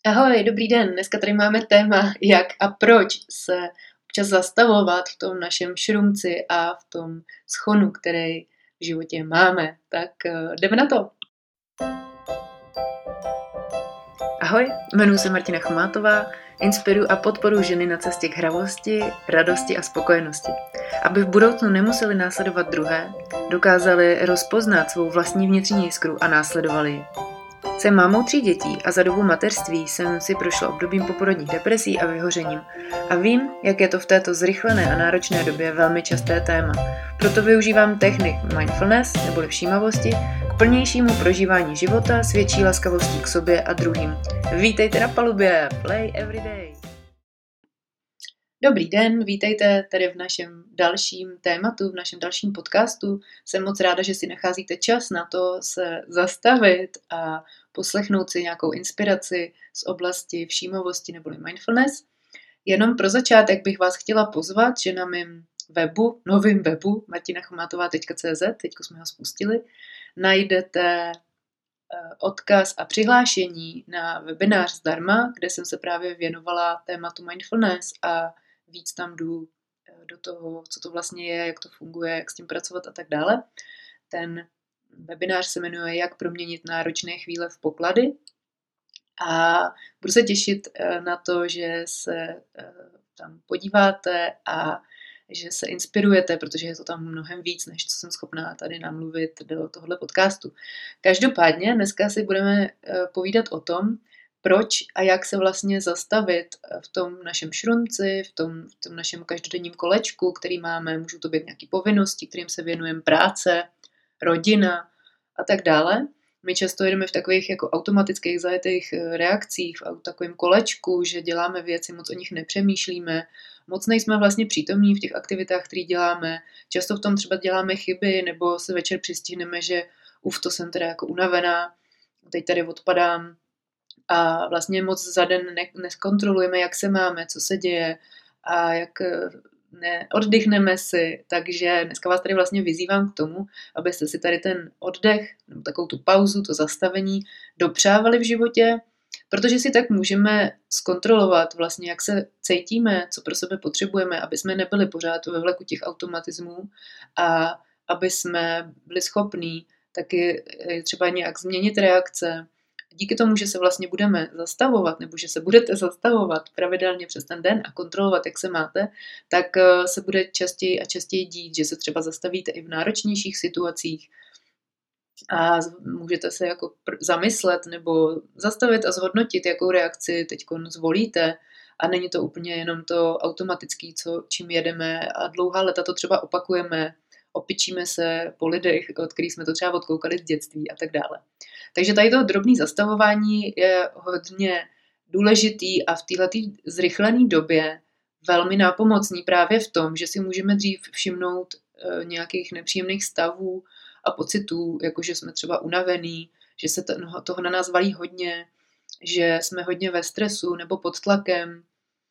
Ahoj, dobrý den. Dneska tady máme téma, jak a proč se občas zastavovat v tom našem šrumci a v tom schonu, který v životě máme. Tak jdeme na to. Ahoj, jmenuji se Martina Chomátová, inspiruji a podporuji ženy na cestě k hravosti, radosti a spokojenosti. Aby v budoucnu nemuseli následovat druhé, dokázali rozpoznat svou vlastní vnitřní jiskru a následovali ji. Jsem mámou 3 dětí a za dobu mateřství jsem si prošla obdobím poporodních depresí a vyhořením. A vím, jak je to v této zrychlené a náročné době velmi časté téma. Proto využívám technik mindfulness neboli všímavosti k plnějšímu prožívání života s větší laskavostí k sobě a druhým. Vítejte na palubě! Play every day! Dobrý den, vítejte tady v našem dalším tématu, v našem dalším podcastu. Jsem moc ráda, že si nacházíte čas na to se zastavit a poslechnout si nějakou inspiraci z oblasti všímavosti neboli mindfulness. Jenom pro začátek bych vás chtěla pozvat, že na mém webu, novém webu martinachomatová.cz, teďko jsme ho spustili, najdete odkaz a přihlášení na webinář zdarma, kde jsem se právě věnovala tématu mindfulness a víc tam jdu do toho, co to vlastně je, jak to funguje, jak s tím pracovat a tak dále. Ten webinář se jmenuje Jak proměnit náročné chvíle v poklady a budu se těšit na to, že se tam podíváte a že se inspirujete, protože je to tam mnohem víc, než co jsem schopná tady namluvit do tohohle podcastu. Každopádně dneska si budeme povídat o tom, proč a jak se vlastně zastavit v tom našem šrumci, v tom našem každodenním kolečku, který máme. Můžou to být nějaké povinnosti, kterým se věnujeme, práce, rodina a tak dále. My často jedeme v takových jako automatických zajetých reakcích, v takovém kolečku, že děláme věci, moc o nich nepřemýšlíme, moc nejsme vlastně přítomní v těch aktivitách, které děláme. Často v tom třeba děláme chyby, nebo se večer přistihneme, že to jsem teda jako unavená, teď tady odpadám a vlastně moc za den neskontrolujeme, jak se máme, co se děje a jak neoddechneme si, takže dneska vás tady vlastně vyzývám k tomu, abyste si tady ten oddech, nebo takovou tu pauzu, to zastavení dopřávali v životě, protože si tak můžeme zkontrolovat vlastně, jak se cítíme, co pro sebe potřebujeme, aby jsme nebyli pořád ve vleku těch automatismů a aby jsme byli schopní taky třeba nějak změnit reakce. Díky tomu, že se vlastně budeme zastavovat, nebo že se budete zastavovat pravidelně přes ten den a kontrolovat, jak se máte, tak se bude častěji a častěji dít, že se třeba zastavíte i v náročnějších situacích a můžete se jako zamyslet nebo zastavit a zhodnotit, jakou reakci teď zvolíte. A není to úplně jenom to automatický, čím jedeme a dlouhá léta to třeba opakujeme, opičíme se po lidech, od kterých jsme to třeba odkoukali z dětství a tak dále. Takže tady to drobné zastavování je hodně důležitý a v této zrychlené době velmi nápomocný právě v tom, že si můžeme dřív všimnout nějakých nepříjemných stavů a pocitů, jako že jsme třeba unavení, že se toho na nás valí hodně, že jsme hodně ve stresu nebo pod tlakem,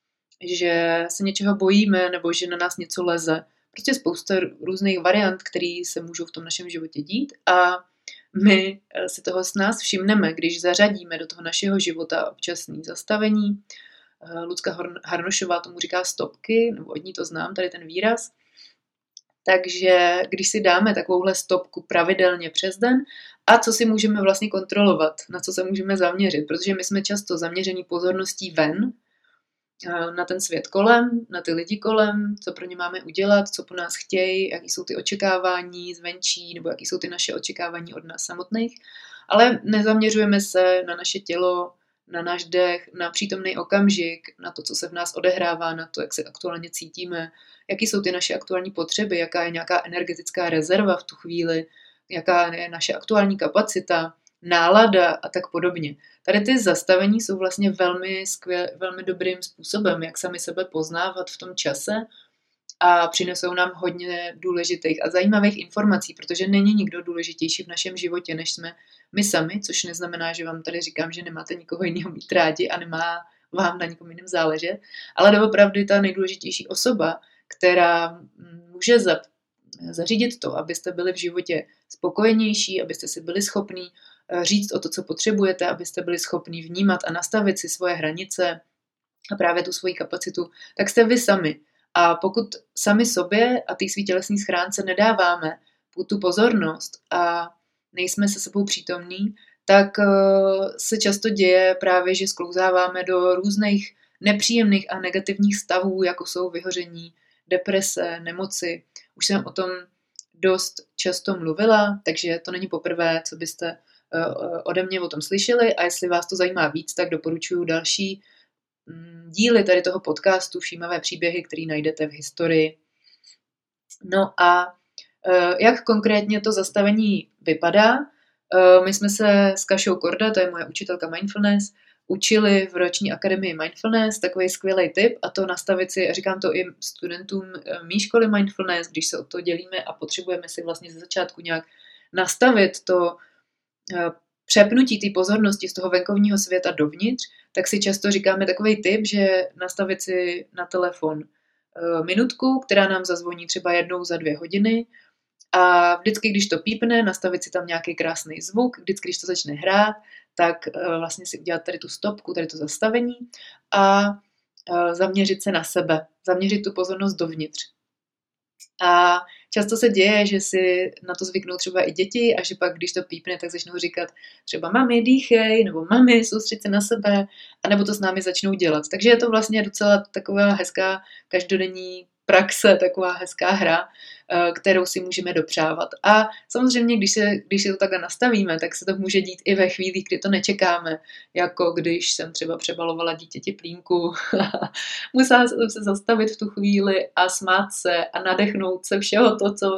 že se něčeho bojíme nebo že na nás něco leze. Prostě spousta různých variant, které se můžou v tom našem životě dít a my si toho s nás všimneme, když zařadíme do toho našeho života občasný zastavení. Lucka Harnošová tomu říká stopky, nebo od ní to znám, tady ten výraz. Takže když si dáme takovouhle stopku pravidelně přes den a co si můžeme vlastně kontrolovat, na co se můžeme zaměřit, protože my jsme často zaměření pozorností ven, na ten svět kolem, na ty lidi kolem, co pro ně máme udělat, co po nás chtějí, jaký jsou ty očekávání zvenčí, nebo jaký jsou ty naše očekávání od nás samotných, ale nezaměřujeme se na naše tělo, na náš dech, na přítomný okamžik, na to, co se v nás odehrává, na to, jak se aktuálně cítíme, jaký jsou ty naše aktuální potřeby, jaká je nějaká energetická rezerva v tu chvíli, jaká je naše aktuální kapacita, nálada a tak podobně. Tady ty zastavení jsou vlastně velmi dobrým způsobem, jak sami sebe poznávat v tom čase a přinesou nám hodně důležitých a zajímavých informací, protože není nikdo důležitější v našem životě, než jsme my sami, což neznamená, že vám tady říkám, že nemáte nikoho jiného mít rádi a nemá vám na nikom jiném záležet, ale doopravdy ta nejdůležitější osoba, která může zařídit to, abyste byli v životě spokojenější, abyste si byli schopní říct o to, co potřebujete, abyste byli schopni vnímat a nastavit si svoje hranice a právě tu svoji kapacitu, tak jste vy sami. A pokud sami sobě a té svý tělesné schránce nedáváme tu pozornost a nejsme se sebou přítomní, tak se často děje právě, že sklouzáváme do různých nepříjemných a negativních stavů, jako jsou vyhoření, deprese, nemoci. Už jsem o tom dost často mluvila, takže to není poprvé, co byste ode mě o tom slyšeli, a jestli vás to zajímá víc, tak doporučuji další díly tady toho podcastu Všímavé příběhy, který najdete v historii. No a jak konkrétně to zastavení vypadá? My jsme se s Kašou Korda, to je moje učitelka mindfulness, učili v roční akademii mindfulness, takový skvělý tip, a to nastavit si, a říkám to i studentům mý školy mindfulness, když se o to dělíme a potřebujeme si vlastně ze začátku nějak nastavit to přepnutí té pozornosti z toho venkovního světa dovnitř, tak si často říkáme takový tip, že nastavit si na telefon minutku, která nám zazvoní třeba jednou za 2 hodiny, a vždycky, když to pípne, nastavit si tam nějaký krásný zvuk, vždycky, když to začne hrát, tak vlastně si udělat tady tu stopku, tady to zastavení a zaměřit se na sebe, zaměřit tu pozornost dovnitř. A často se děje, že si na to zvyknou třeba i děti a že pak, když to pípne, tak začnou říkat třeba mami, dýchej, nebo mami, soustřeď se na sebe, anebo to s námi začnou dělat. Takže je to vlastně docela taková hezká každodenní praxe, taková hezká hra, kterou si můžeme dopřávat. A samozřejmě, když si to takhle nastavíme, tak se to může dít i ve chvíli, kdy to nečekáme, jako když jsem třeba přebalovala dítěti plínku. Musela jsem se zastavit v tu chvíli a smát se a nadechnout se všeho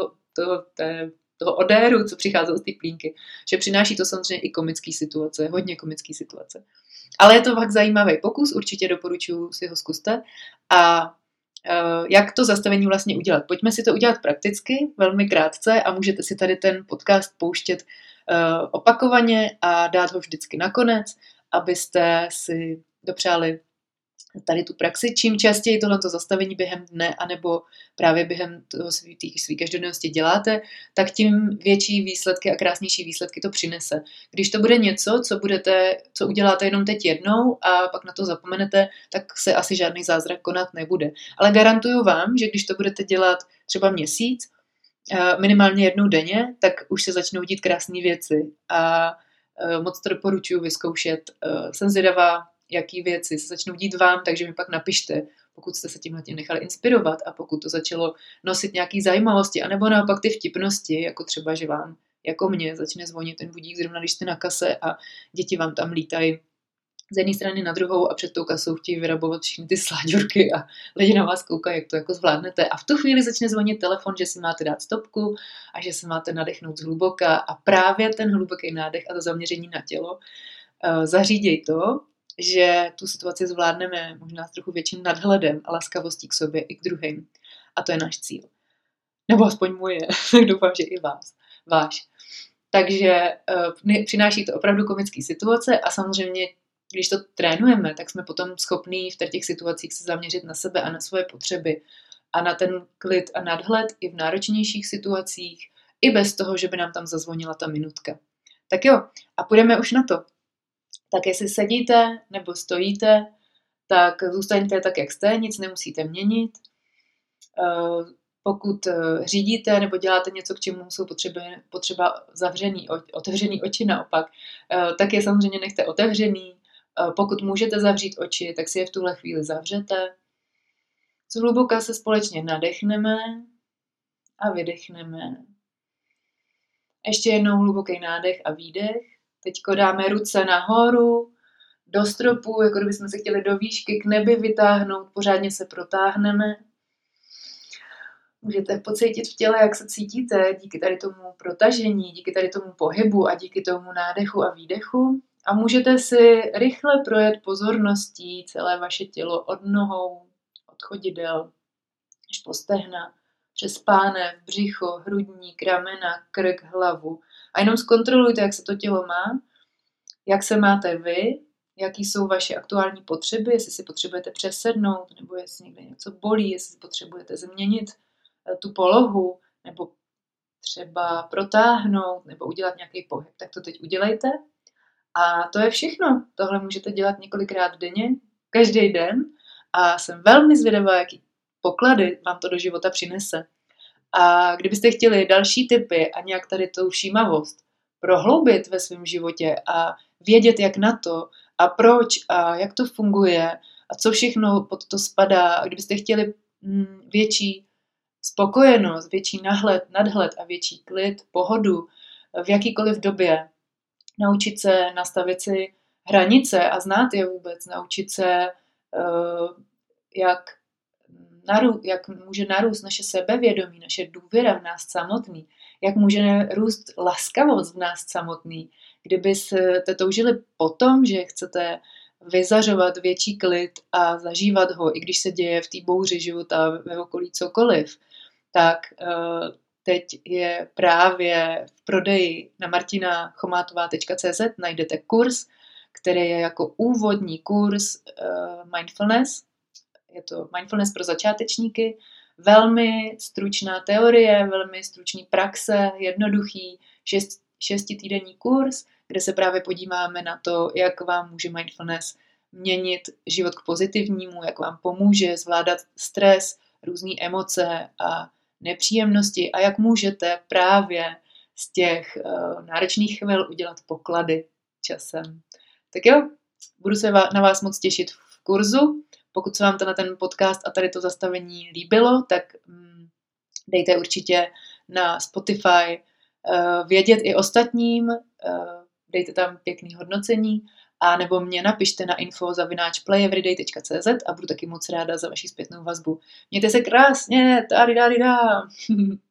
toho odéru, co přicházelo z té plínky. Že přináší to samozřejmě i komické situace, hodně komické situace. Ale je to fakt zajímavý pokus, určitě doporučuji, si ho zkuste. A jak to zastavení vlastně udělat? Pojďme si to udělat prakticky, velmi krátce, a můžete si tady ten podcast pouštět opakovaně a dát ho vždycky nakonec, abyste si dopřáli tady tu praxi. Čím častěji tohleto zastavení během dne anebo právě během své každodennosti děláte, tak tím větší výsledky a krásnější výsledky to přinese. Když to bude něco, co uděláte jenom teď jednou a pak na to zapomenete, tak se asi žádný zázrak konat nebude. Ale garantuju vám, že když to budete dělat třeba měsíc, minimálně jednou denně, tak už se začnou dít krásné věci. A moc to doporučuji vyzkoušet. Jsem zvědavá, jaký věci se začnou dít vám, takže mi pak napište, pokud jste se tímhle nechali inspirovat a pokud to začalo nosit nějaký zajímavosti, anebo naopak ty vtipnosti, jako třeba, že vám, jako mě, začne zvonit ten budík zrovna, když jste na kase a děti vám tam lítají z jedné strany na druhou a před tou kasou chtějí vyrabovat všechny ty sláďurky a lidi na vás koukají, jak to jako zvládnete. A v tu chvíli začne zvonit telefon, že si máte dát stopku a že se máte nadechnout zhluboka, a právě ten hluboký nádech a to zaměření na tělo zaříděj to, že tu situaci zvládneme možná s trochu větším nadhledem a laskavostí k sobě i k druhým. A to je náš cíl. Nebo aspoň moje, tak doufám, že i váš. Takže přináší to opravdu komické situace a samozřejmě, když to trénujeme, tak jsme potom schopní v těch situacích se zaměřit na sebe a na svoje potřeby a na ten klid a nadhled i v náročnějších situacích, i bez toho, že by nám tam zazvonila ta minutka. Tak jo, a půjdeme už na to. Tak jestli sedíte nebo stojíte, tak zůstaňte tak, jak jste, nic nemusíte měnit. Pokud řídíte nebo děláte něco, k čemu jsou potřeba otevřený oči naopak, tak je samozřejmě nechte otevřený. Pokud můžete zavřít oči, tak si je v tuhle chvíli zavřete. Zhluboka se společně nadechneme a vydechneme. Ještě jednou hluboký nádech a výdech. Teďko dáme ruce nahoru, do stropu, jako kdybychom se chtěli do výšky k nebi vytáhnout, pořádně se protáhneme. Můžete pocítit v těle, jak se cítíte díky tady tomu protažení, díky tady tomu pohybu a díky tomu nádechu a výdechu. A můžete si rychle projet pozorností celé vaše tělo od nohou, od chodidel, až po stehna, přes pánev, břicho, hrudník, ramena, krk, hlavu. A jenom zkontrolujte, jak se to tělo má, jak se máte vy, jaký jsou vaše aktuální potřeby, jestli si potřebujete přesednout, nebo jestli někde něco bolí, jestli si potřebujete změnit tu polohu, nebo třeba protáhnout nebo udělat nějaký pohyb, tak to teď udělejte. A to je všechno. Tohle můžete dělat několikrát denně, každý den a jsem velmi zvědavá, jaký poklady vám to do života přinese. A kdybyste chtěli další tipy a nějak tady tu všímavost prohloubit ve svém životě a vědět, jak na to a proč a jak to funguje a co všechno pod to spadá, a kdybyste chtěli větší spokojenost, větší nadhled a větší klid, pohodu v jakýkoliv době, naučit se nastavit si hranice a znát je vůbec, naučit se, jak může narůst naše sebevědomí, naše důvěra v nás samotný, jak může růst laskavost v nás samotný. Kdybyste toužili potom, že chcete vyzařovat větší klid a zažívat ho, i když se děje v té bouři života ve okolí cokoliv, tak teď je právě v prodeji na martinachomátová.cz najdete kurz, který je jako úvodní kurz mindfulness. Je to mindfulness pro začátečníky, velmi stručná teorie, velmi stručný praxe, jednoduchý 6týdenní kurz, kde se právě podíváme na to, jak vám může mindfulness měnit život k pozitivnímu, jak vám pomůže zvládat stres, různé emoce a nepříjemnosti a jak můžete právě z těch náročných chvil udělat poklady časem. Tak jo, budu se na vás moc těšit v kurzu. Pokud se vám ten podcast a tady to zastavení líbilo, tak dejte určitě na Spotify vědět i ostatním, dejte tam pěkný hodnocení a nebo mě napište na info@playeveryday.cz a budu taky moc ráda za vaši zpětnou vazbu. Mějte se krásně, tady.